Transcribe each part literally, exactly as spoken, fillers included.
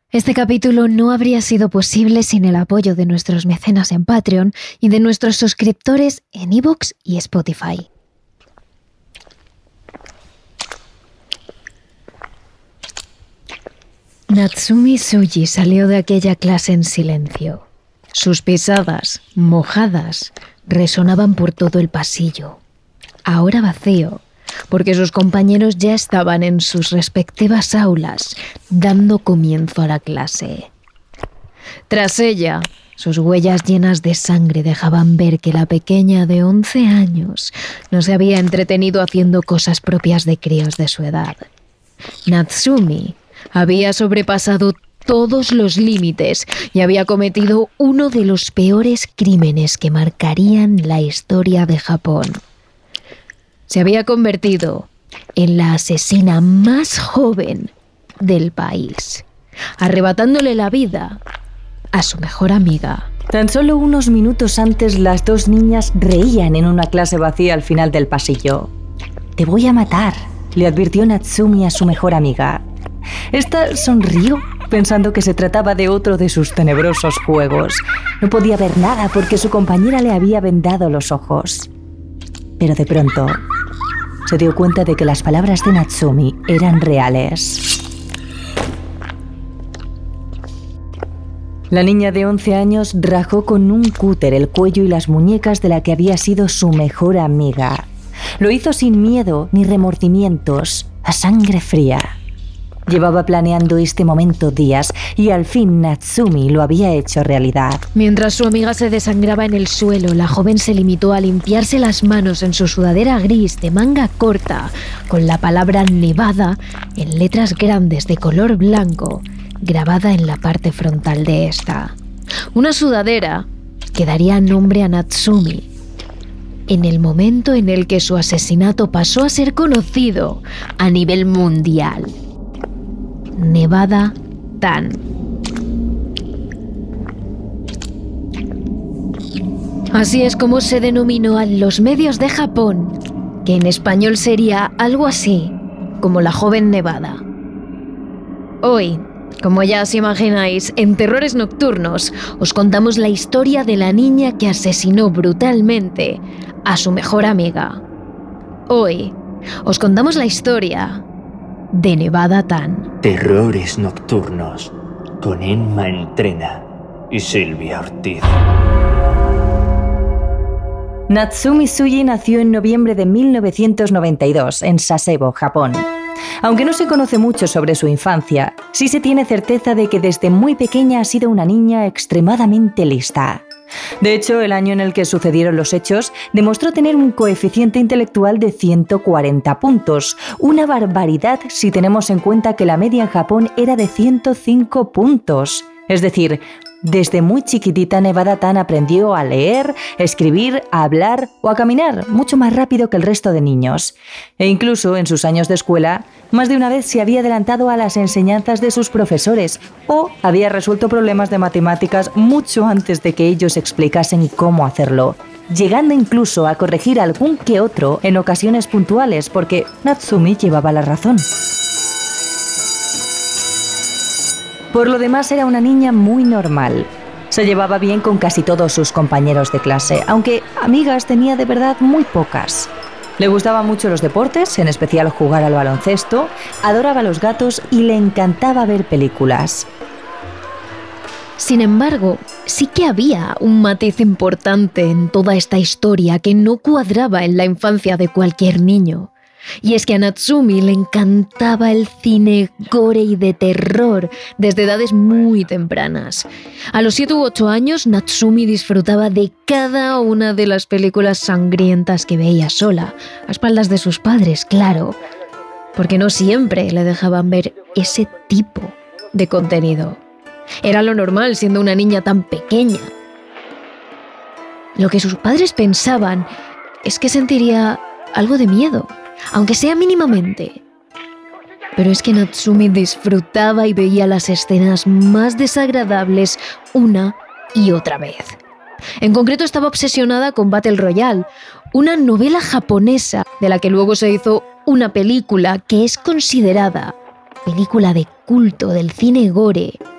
Este capítulo no habría sido posible sin el apoyo de nuestros mecenas en Patreon y de nuestros suscriptores en iVoox y Spotify. Natsumi Tsuji salió de aquella clase en silencio. Sus pisadas, mojadas, resonaban por todo el pasillo. Ahora vacío, porque sus compañeros ya estaban en sus respectivas aulas, dando comienzo a la clase. Tras ella, sus huellas llenas de sangre dejaban ver que la pequeña de once años no se había entretenido haciendo cosas propias de críos de su edad. Natsumi había sobrepasado todos los límites y había cometido uno de los peores crímenes que marcarían la historia de Japón. Se había convertido en la asesina más joven del país, arrebatándole la vida a su mejor amiga. Tan solo unos minutos antes, las dos niñas reían en una clase vacía al final del pasillo. «Te voy a matar», le advirtió Natsumi a su mejor amiga. Esta sonrió, pensando que se trataba de otro de sus tenebrosos juegos. No podía ver nada porque su compañera le había vendado los ojos. Pero de pronto se dio cuenta de que las palabras de Natsumi eran reales. La niña de once años rajó con un cúter el cuello y las muñecas de la que había sido su mejor amiga. Lo hizo sin miedo ni remordimientos, a sangre fría. Llevaba planeando este momento días y al fin Natsumi lo había hecho realidad. Mientras su amiga se desangraba en el suelo, la joven se limitó a limpiarse las manos en su sudadera gris de manga corta, con la palabra Nevada en letras grandes de color blanco, grabada en la parte frontal de esta. Una sudadera que daría nombre a Natsumi en el momento en el que su asesinato pasó a ser conocido a nivel mundial. Nevada Tan. Así es como se denominó a los medios de Japón, que en español sería algo así como la joven Nevada. Hoy, como ya os imagináis, en Terrores Nocturnos os contamos la historia de la niña que asesinó brutalmente a su mejor amiga. Hoy os contamos la historia de Nevada Tan. Terrores Nocturnos con Emma Entrena y Silvia Ortiz. Natsumi Tsuji nació en noviembre de mil novecientos noventa y dos en Sasebo, Japón. Aunque no se conoce mucho sobre su infancia, sí se tiene certeza de que desde muy pequeña ha sido una niña extremadamente lista. De hecho, el año en el que sucedieron los hechos demostró tener un coeficiente intelectual de ciento cuarenta puntos, una barbaridad si tenemos en cuenta que la media en Japón era de ciento cinco puntos. Es decir, desde muy chiquitita Nevada Tan aprendió a leer, escribir, a hablar o a caminar mucho más rápido que el resto de niños. E incluso en sus años de escuela, más de una vez se había adelantado a las enseñanzas de sus profesores o había resuelto problemas de matemáticas mucho antes de que ellos explicasen cómo hacerlo, llegando incluso a corregir algún que otro en ocasiones puntuales porque Natsumi llevaba la razón. Por lo demás, era una niña muy normal. Se llevaba bien con casi todos sus compañeros de clase, aunque amigas tenía de verdad muy pocas. Le gustaban mucho los deportes, en especial jugar al baloncesto, adoraba los gatos y le encantaba ver películas. Sin embargo, sí que había un matiz importante en toda esta historia que no cuadraba en la infancia de cualquier niño. Y es que a Natsumi le encantaba el cine gore y de terror desde edades muy tempranas. A los siete u ocho años, Natsumi disfrutaba de cada una de las películas sangrientas que veía sola, a espaldas de sus padres, claro, porque no siempre le dejaban ver ese tipo de contenido. Era lo normal siendo una niña tan pequeña. Lo que sus padres pensaban es que sentiría algo de miedo, aunque sea mínimamente. Pero es que Natsumi disfrutaba y veía las escenas más desagradables una y otra vez. En concreto estaba obsesionada con Battle Royale, una novela japonesa de la que luego se hizo una película que es considerada película de culto del cine gore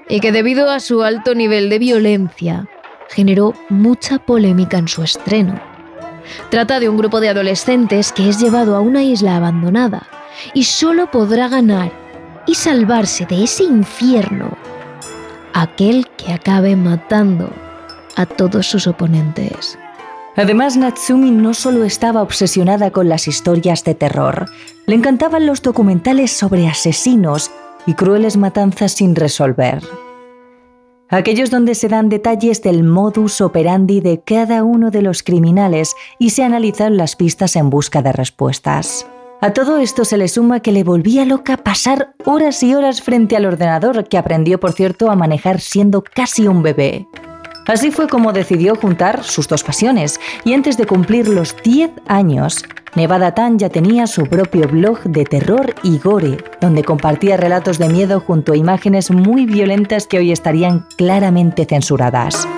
y que debido a su alto nivel de violencia generó mucha polémica en su estreno. Trata de un grupo de adolescentes que es llevado a una isla abandonada y solo podrá ganar y salvarse de ese infierno aquel que acabe matando a todos sus oponentes. Además, Natsumi no solo estaba obsesionada con las historias de terror, le encantaban los documentales sobre asesinos y crueles matanzas sin resolver. Aquellos donde se dan detalles del modus operandi de cada uno de los criminales y se analizan las pistas en busca de respuestas. A todo esto se le suma que le volvía loca pasar horas y horas frente al ordenador, que aprendió, por cierto, a manejar siendo casi un bebé. Así fue como decidió juntar sus dos pasiones, y antes de cumplir los diez años, Nevada Tan ya tenía su propio blog de terror y gore, donde compartía relatos de miedo junto a imágenes muy violentas que hoy estarían claramente censuradas.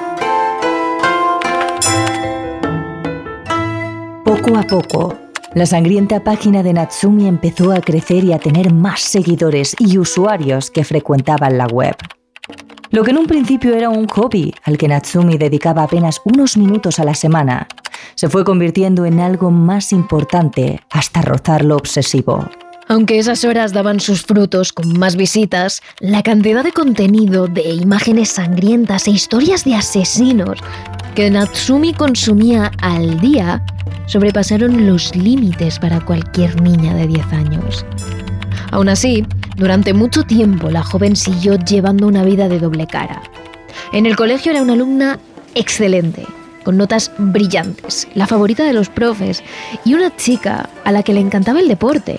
Poco a poco, la sangrienta página de Natsumi empezó a crecer y a tener más seguidores y usuarios que frecuentaban la web. Lo que en un principio era un hobby al que Natsumi dedicaba apenas unos minutos a la semana, se fue convirtiendo en algo más importante hasta rozar lo obsesivo. Aunque esas horas daban sus frutos con más visitas, la cantidad de contenido, de imágenes sangrientas e historias de asesinos que Natsumi consumía al día sobrepasaron los límites para cualquier niña de diez años. Aún así, durante mucho tiempo la joven siguió llevando una vida de doble cara. En el colegio era una alumna excelente, con notas brillantes, la favorita de los profes y una chica a la que le encantaba el deporte.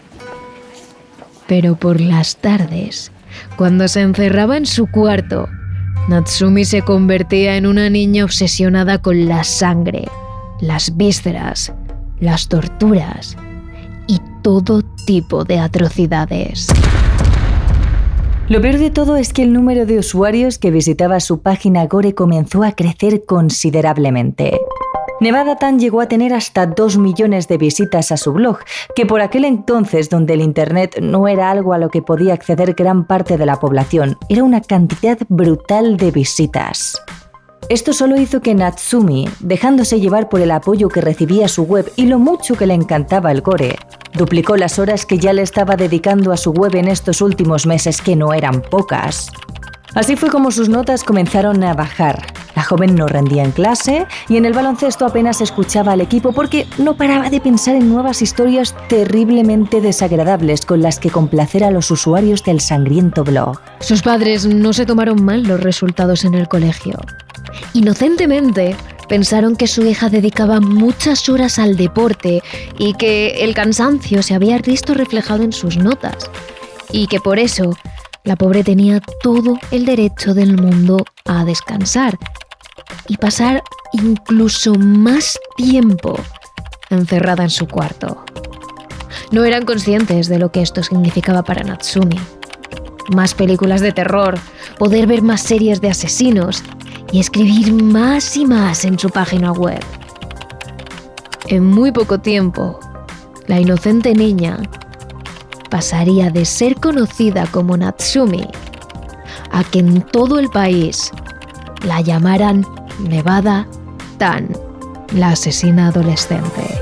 Pero por las tardes, cuando se encerraba en su cuarto, Natsumi se convertía en una niña obsesionada con la sangre, las vísceras, las torturas y todo tipo de atrocidades. Lo peor de todo es que el número de usuarios que visitaba su página gore comenzó a crecer considerablemente. Nevada Tan llegó a tener hasta dos millones de visitas a su blog, que por aquel entonces, donde el internet no era algo a lo que podía acceder gran parte de la población, era una cantidad brutal de visitas. Esto solo hizo que Natsumi, dejándose llevar por el apoyo que recibía su web y lo mucho que le encantaba el gore, duplicó las horas que ya le estaba dedicando a su web en estos últimos meses, que no eran pocas. Así fue como sus notas comenzaron a bajar. La joven no rendía en clase y en el baloncesto apenas escuchaba al equipo porque no paraba de pensar en nuevas historias terriblemente desagradables con las que complacer a los usuarios del sangriento blog. Sus padres no se tomaron mal los resultados en el colegio. Inocentemente, pensaron que su hija dedicaba muchas horas al deporte y que el cansancio se había visto reflejado en sus notas, y que por eso la pobre tenía todo el derecho del mundo a descansar y pasar incluso más tiempo encerrada en su cuarto. No eran conscientes de lo que esto significaba para Natsumi. Más películas de terror, poder ver más series de asesinos y escribir más y más en su página web. En muy poco tiempo, la inocente niña pasaría de ser conocida como Natsumi a que en todo el país la llamaran Nevada Tan, la asesina adolescente.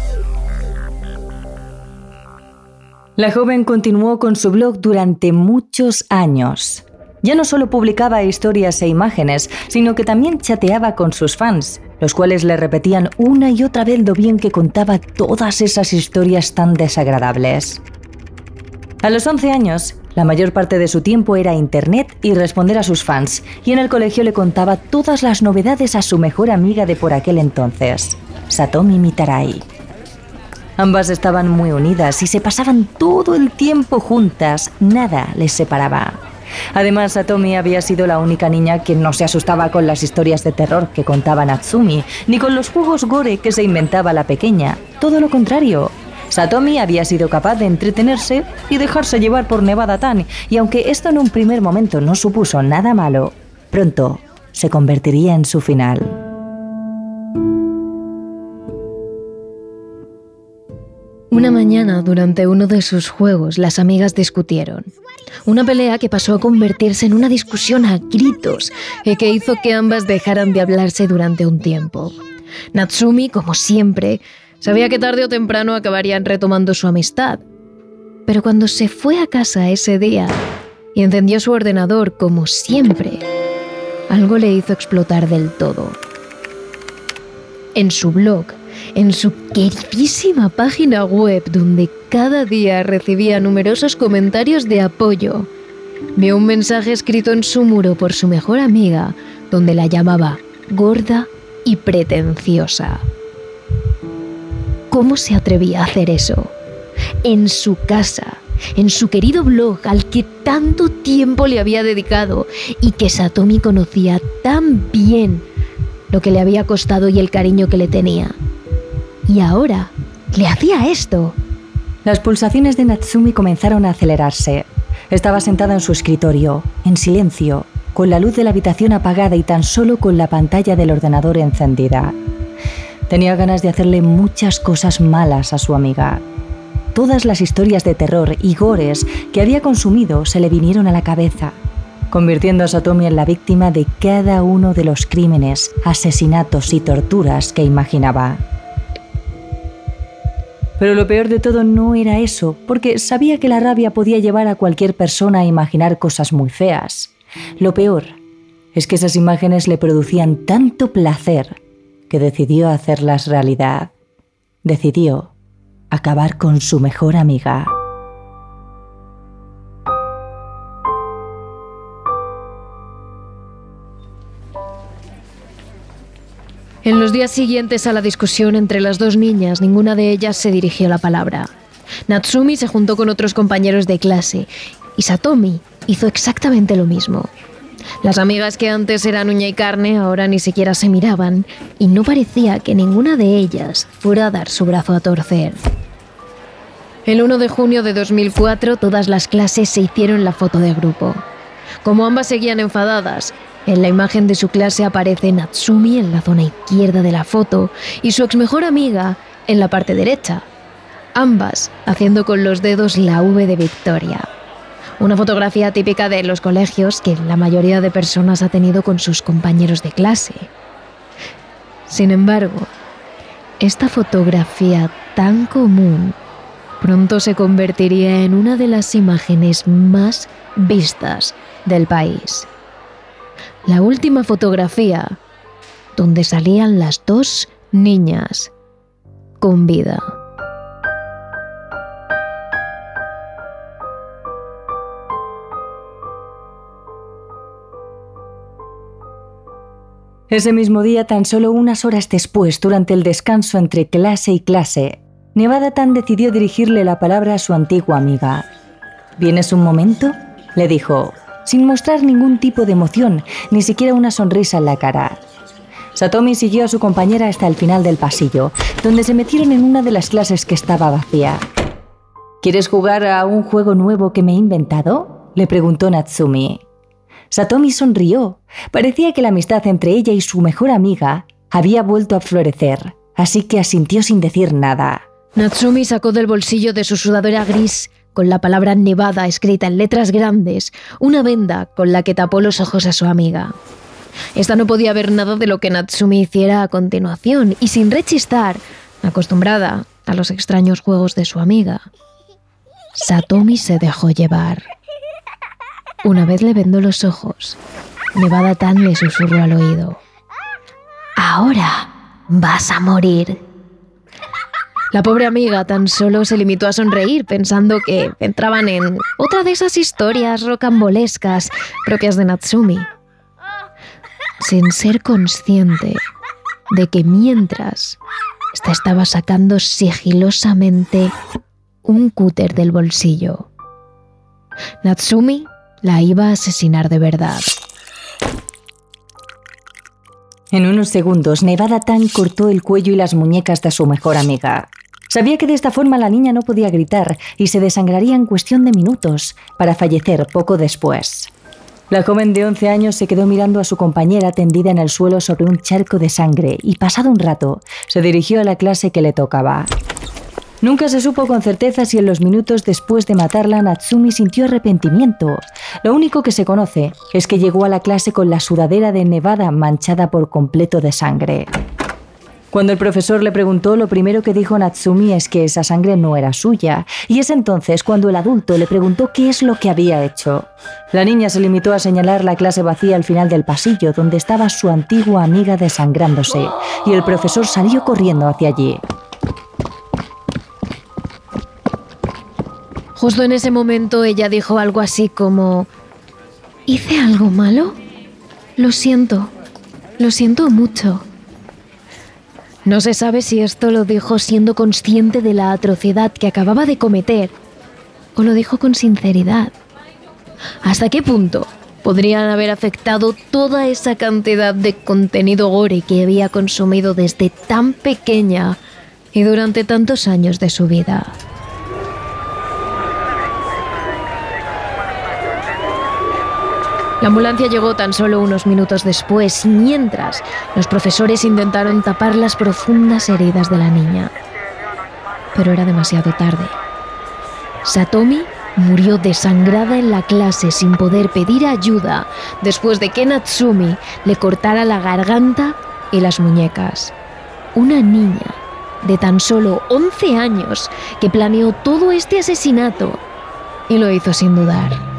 La joven continuó con su blog durante muchos años. Ya no solo publicaba historias e imágenes, sino que también chateaba con sus fans, los cuales le repetían una y otra vez lo bien que contaba todas esas historias tan desagradables. A los once años, la mayor parte de su tiempo era internet y responder a sus fans, y en el colegio le contaba todas las novedades a su mejor amiga de por aquel entonces, Satomi Mitarai. Ambas estaban muy unidas y se pasaban todo el tiempo juntas, nada les separaba. Además, Satomi había sido la única niña que no se asustaba con las historias de terror que contaba Natsumi, ni con los juegos gore que se inventaba la pequeña. Todo lo contrario. Satomi había sido capaz de entretenerse y dejarse llevar por Nevada Tan, y aunque esto en un primer momento no supuso nada malo, pronto se convertiría en su final. Una mañana, durante uno de sus juegos, las amigas discutieron. Una pelea que pasó a convertirse en una discusión a gritos y que hizo que ambas dejaran de hablarse durante un tiempo. Natsumi, como siempre, sabía que tarde o temprano acabarían retomando su amistad. Pero cuando se fue a casa ese día y encendió su ordenador, como siempre, algo le hizo explotar del todo. En su blog, en su queridísima página web, donde cada día recibía numerosos comentarios de apoyo, vio un mensaje escrito en su muro por su mejor amiga, donde la llamaba gorda y pretenciosa. ¿Cómo se atrevía a hacer eso? En su casa, en su querido blog al que tanto tiempo le había dedicado y que Satomi conocía tan bien, lo que le había costado y el cariño que le tenía. Y ahora le hacía esto. Las pulsaciones de Natsumi comenzaron a acelerarse. Estaba sentada en su escritorio, en silencio, con la luz de la habitación apagada y tan solo con la pantalla del ordenador encendida. Tenía ganas de hacerle muchas cosas malas a su amiga. Todas las historias de terror y gores que había consumido se le vinieron a la cabeza, convirtiendo a Satomi en la víctima de cada uno de los crímenes, asesinatos y torturas que imaginaba. Pero lo peor de todo no era eso, porque sabía que la rabia podía llevar a cualquier persona a imaginar cosas muy feas. Lo peor es que esas imágenes le producían tanto placer que decidió hacerlas realidad. Decidió acabar con su mejor amiga. En los días siguientes a la discusión entre las dos niñas, ninguna de ellas se dirigió la palabra. Natsumi se juntó con otros compañeros de clase y Satomi hizo exactamente lo mismo. Las amigas que antes eran uña y carne ahora ni siquiera se miraban y no parecía que ninguna de ellas fuera a dar su brazo a torcer. El primero de junio de dos mil cuatro todas las clases se hicieron la foto de grupo. Como ambas seguían enfadadas, en la imagen de su clase aparece Natsumi en la zona izquierda de la foto y su exmejor amiga en la parte derecha, ambas haciendo con los dedos la V de Victoria. Una fotografía típica de los colegios que la mayoría de personas ha tenido con sus compañeros de clase. Sin embargo, esta fotografía tan común pronto se convertiría en una de las imágenes más vistas del país. La última fotografía, donde salían las dos niñas con vida. Ese mismo día, tan solo unas horas después, durante el descanso entre clase y clase, Nevada-tan decidió dirigirle la palabra a su antigua amiga. ¿Vienes un momento?, le dijo, sin mostrar ningún tipo de emoción, ni siquiera una sonrisa en la cara. Satomi siguió a su compañera hasta el final del pasillo, donde se metieron en una de las clases que estaba vacía. ¿Quieres jugar a un juego nuevo que me he inventado?, le preguntó Natsumi. Satomi sonrió. Parecía que la amistad entre ella y su mejor amiga había vuelto a florecer, así que asintió sin decir nada. Natsumi sacó del bolsillo de su sudadera gris, con la palabra Nevada escrita en letras grandes, una venda con la que tapó los ojos a su amiga. Esta no podía ver nada de lo que Natsumi hiciera a continuación y sin rechistar, acostumbrada a los extraños juegos de su amiga, Satomi se dejó llevar. Una vez le vendó los ojos, Nevada-tan le susurró al oído: «Ahora vas a morir». La pobre amiga tan solo se limitó a sonreír, pensando que entraban en otra de esas historias rocambolescas propias de Natsumi, sin ser consciente de que mientras esta estaba sacando sigilosamente un cúter del bolsillo, Natsumi la iba a asesinar de verdad. En unos segundos, Nevada-tan cortó el cuello y las muñecas de su mejor amiga. Sabía que de esta forma la niña no podía gritar y se desangraría en cuestión de minutos, para fallecer poco después. La joven de once años se quedó mirando a su compañera tendida en el suelo sobre un charco de sangre y, pasado un rato, se dirigió a la clase que le tocaba. Nunca se supo con certeza si en los minutos después de matarla Natsumi sintió arrepentimiento. Lo único que se conoce es que llegó a la clase con la sudadera de Nevada manchada por completo de sangre. Cuando el profesor le preguntó, lo primero que dijo Natsumi es que esa sangre no era suya, y es entonces cuando el adulto le preguntó qué es lo que había hecho. La niña se limitó a señalar la clase vacía al final del pasillo, donde estaba su antigua amiga desangrándose, y el profesor salió corriendo hacia allí. Justo en ese momento ella dijo algo así como: ¿hice algo malo? Lo siento, lo siento mucho. No se sabe si esto lo dijo siendo consciente de la atrocidad que acababa de cometer o lo dijo con sinceridad. ¿Hasta qué punto podrían haber afectado toda esa cantidad de contenido gore que había consumido desde tan pequeña y durante tantos años de su vida? La ambulancia llegó tan solo unos minutos después, mientras los profesores intentaron tapar las profundas heridas de la niña. Pero era demasiado tarde. Satomi murió desangrada en la clase sin poder pedir ayuda después de que Natsumi le cortara la garganta y las muñecas. Una niña de tan solo once años que planeó todo este asesinato y lo hizo sin dudar.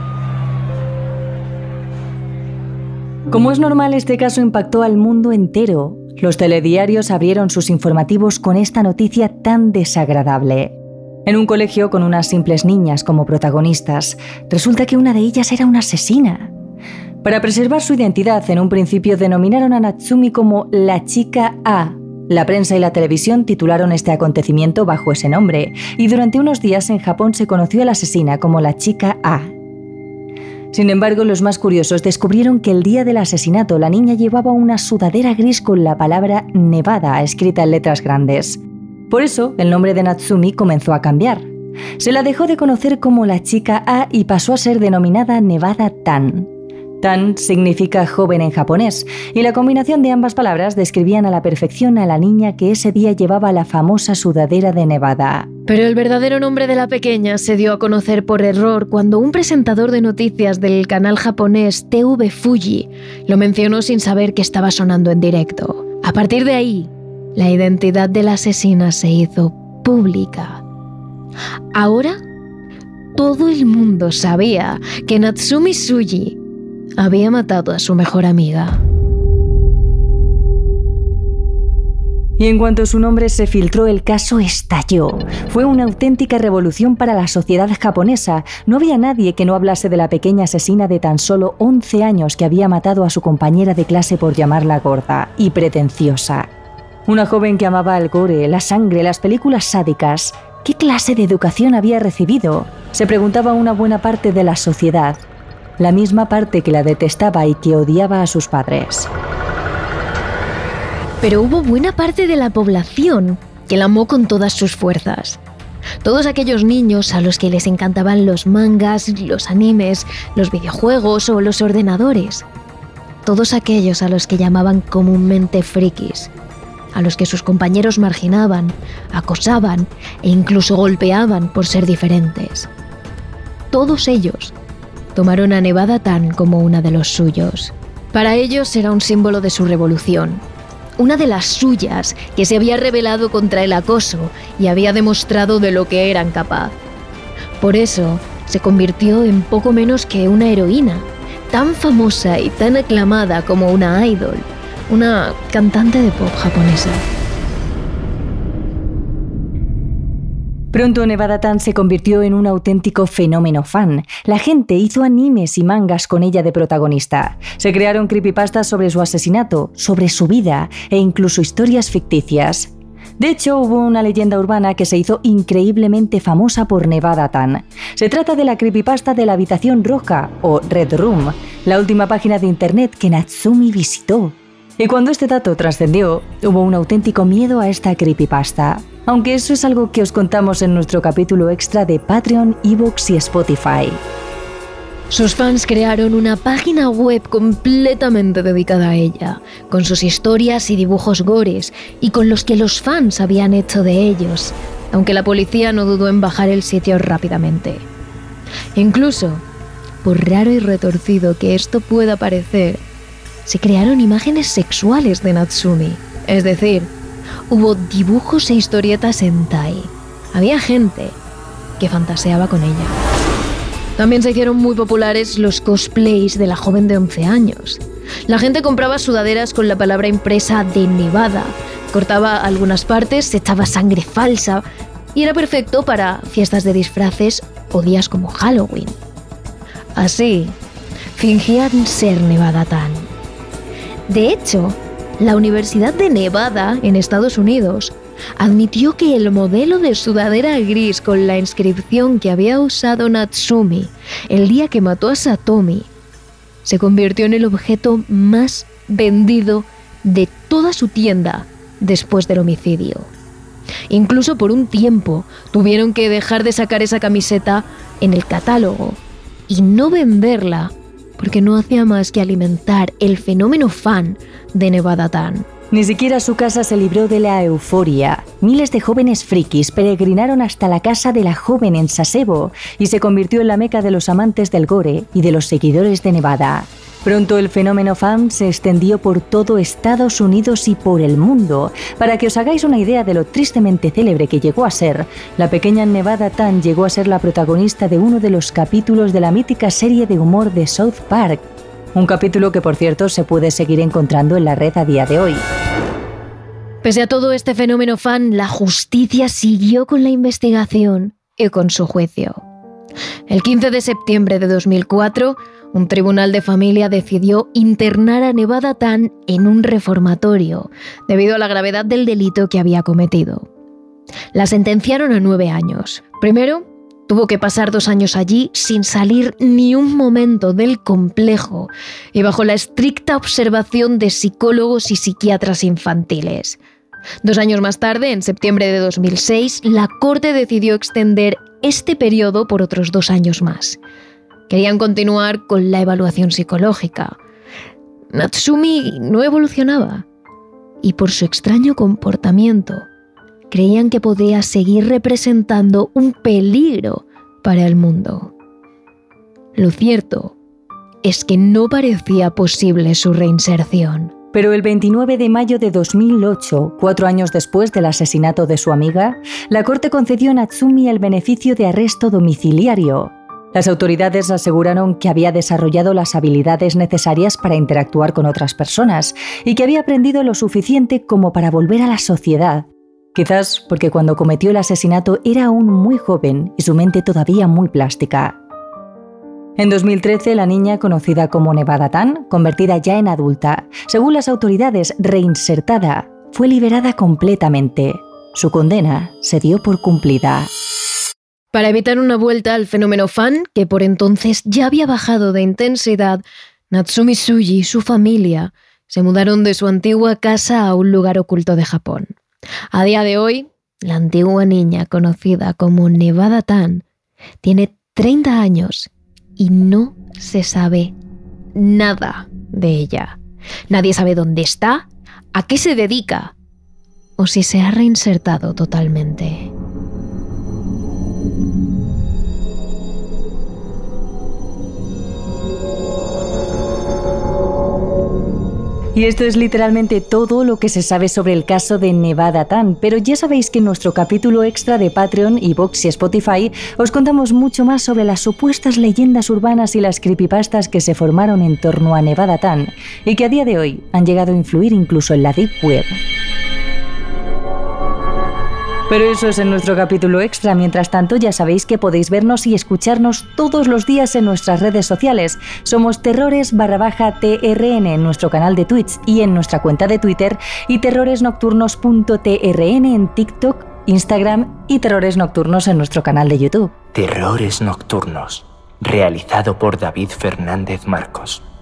Como es normal, este caso impactó al mundo entero. Los telediarios abrieron sus informativos con esta noticia tan desagradable. En un colegio con unas simples niñas como protagonistas, resulta que una de ellas era una asesina. Para preservar su identidad, en un principio denominaron a Natsumi como la chica A. La prensa y la televisión titularon este acontecimiento bajo ese nombre, y durante unos días en Japón se conoció a la asesina como la chica A. Sin embargo, los más curiosos descubrieron que el día del asesinato la niña llevaba una sudadera gris con la palabra Nevada escrita en letras grandes. Por eso, el nombre de Natsumi comenzó a cambiar. Se la dejó de conocer como la chica A y pasó a ser denominada Nevada Tan. Tan significa joven en japonés, y la combinación de ambas palabras describían a la perfección a la niña que ese día llevaba la famosa sudadera de Nevada. Pero el verdadero nombre de la pequeña se dio a conocer por error cuando un presentador de noticias del canal japonés T V Fuji lo mencionó sin saber que estaba sonando en directo. A partir de ahí, la identidad de la asesina se hizo pública. Ahora, todo el mundo sabía que Natsumi Tsuji había matado a su mejor amiga. Y en cuanto su nombre se filtró, el caso estalló. Fue una auténtica revolución para la sociedad japonesa. No había nadie que no hablase de la pequeña asesina de tan solo once años que había matado a su compañera de clase por llamarla gorda y pretenciosa. Una joven que amaba el gore, la sangre, las películas sádicas. ¿Qué clase de educación había recibido?, se preguntaba una buena parte de la sociedad. La misma parte que la detestaba y que odiaba a sus padres. Pero hubo buena parte de la población que la amó con todas sus fuerzas. Todos aquellos niños a los que les encantaban los mangas, los animes, los videojuegos o los ordenadores. Todos aquellos a los que llamaban comúnmente frikis. A los que sus compañeros marginaban, acosaban e incluso golpeaban por ser diferentes. Todos ellos tomaron a Nevada Tan como una de los suyos. Para ellos era un símbolo de su revolución, una de las suyas que se había rebelado contra el acoso y había demostrado de lo que eran capaz. Por eso se convirtió en poco menos que una heroína, tan famosa y tan aclamada como una idol, una cantante de pop japonesa. Pronto Nevada Tan se convirtió en un auténtico fenómeno fan. La gente hizo animes y mangas con ella de protagonista. Se crearon creepypastas sobre su asesinato, sobre su vida e incluso historias ficticias. De hecho, hubo una leyenda urbana que se hizo increíblemente famosa por Nevada Tan. Se trata de la creepypasta de la habitación roja, o Red Room, la última página de internet que Natsumi visitó. Y cuando este dato trascendió, hubo un auténtico miedo a esta creepypasta. Aunque eso es algo que os contamos en nuestro capítulo extra de Patreon, iVoox y Spotify. Sus fans crearon una página web completamente dedicada a ella, con sus historias y dibujos gores, y con los que los fans habían hecho de ellos aunque la policía no dudó en bajar el sitio rápidamente. Incluso, por raro y retorcido que esto pueda parecer, se crearon imágenes sexuales de Natsumi. Es decir, hubo dibujos e historietas hentai. Había gente que fantaseaba con ella. También se hicieron muy populares los cosplays de la joven de once años. La gente compraba sudaderas con la palabra impresa de Nevada, cortaba algunas partes, se echaba sangre falsa y era perfecto para fiestas de disfraces o días como Halloween. Así, fingían ser Nevada Tan. De hecho, la Universidad de Nevada, en Estados Unidos, admitió que el modelo de sudadera gris con la inscripción que había usado Natsumi el día que mató a Satomi se convirtió en el objeto más vendido de toda su tienda después del homicidio. Incluso por un tiempo tuvieron que dejar de sacar esa camiseta en el catálogo y no venderla porque no hacía más que alimentar el fenómeno fan de Nevada Tan. Ni siquiera su casa se libró de la euforia. Miles de jóvenes frikis peregrinaron hasta la casa de la joven en Sasebo y se convirtió en la meca de los amantes del gore y de los seguidores de Nevada. Pronto el fenómeno fan se extendió por todo Estados Unidos y por el mundo. Para que os hagáis una idea de lo tristemente célebre que llegó a ser, la pequeña Nevada Tan llegó a ser la protagonista de uno de los capítulos de la mítica serie de humor de South Park. Un capítulo que, por cierto, se puede seguir encontrando en la red a día de hoy. Pese a todo este fenómeno fan, la justicia siguió con la investigación y con su juicio. El quince de septiembre de dos mil cuatro, un tribunal de familia decidió internar a Nevada Tan en un reformatorio debido a la gravedad del delito que había cometido. La sentenciaron a nueve años. Primero, tuvo que pasar dos años allí sin salir ni un momento del complejo y bajo la estricta observación de psicólogos y psiquiatras infantiles. Dos años más tarde, en septiembre de dos mil seis, la Corte decidió extender este periodo por otros dos años más. Querían continuar con la evaluación psicológica. Natsumi no evolucionaba y por su extraño comportamiento creían que podía seguir representando un peligro para el mundo. Lo cierto es que no parecía posible su reinserción. Pero el veintinueve de mayo de dos mil ocho, cuatro años después del asesinato de su amiga, la Corte concedió a Natsumi el beneficio de arresto domiciliario. Las autoridades aseguraron que había desarrollado las habilidades necesarias para interactuar con otras personas y que había aprendido lo suficiente como para volver a la sociedad. Quizás porque cuando cometió el asesinato era aún muy joven y su mente todavía muy plástica. En dos mil trece, la niña, conocida como Nevada Tan, convertida ya en adulta, según las autoridades reinsertada, fue liberada completamente. Su condena se dio por cumplida. Para evitar una vuelta al fenómeno fan, que por entonces ya había bajado de intensidad, Natsumi Tsuji y su familia se mudaron de su antigua casa a un lugar oculto de Japón. A día de hoy, la antigua niña conocida como Nevada Tan tiene treinta años y no se sabe nada de ella. Nadie sabe dónde está, a qué se dedica o si se ha reinsertado totalmente. Y esto es literalmente todo lo que se sabe sobre el caso de Nevada Tan, pero ya sabéis que en nuestro capítulo extra de Patreon, iVoox y Spotify os contamos mucho más sobre las supuestas leyendas urbanas y las creepypastas que se formaron en torno a Nevada Tan y que a día de hoy han llegado a influir incluso en la Deep Web. Pero eso es en nuestro capítulo extra. Mientras tanto, ya sabéis que podéis vernos y escucharnos todos los días en nuestras redes sociales. Somos terrores barra baja trn en nuestro canal de Twitch y en nuestra cuenta de Twitter, y terroresnocturnos punto trn en TikTok, Instagram y Terrores Nocturnos en nuestro canal de YouTube. Terrores Nocturnos, realizado por David Fernández Marcos.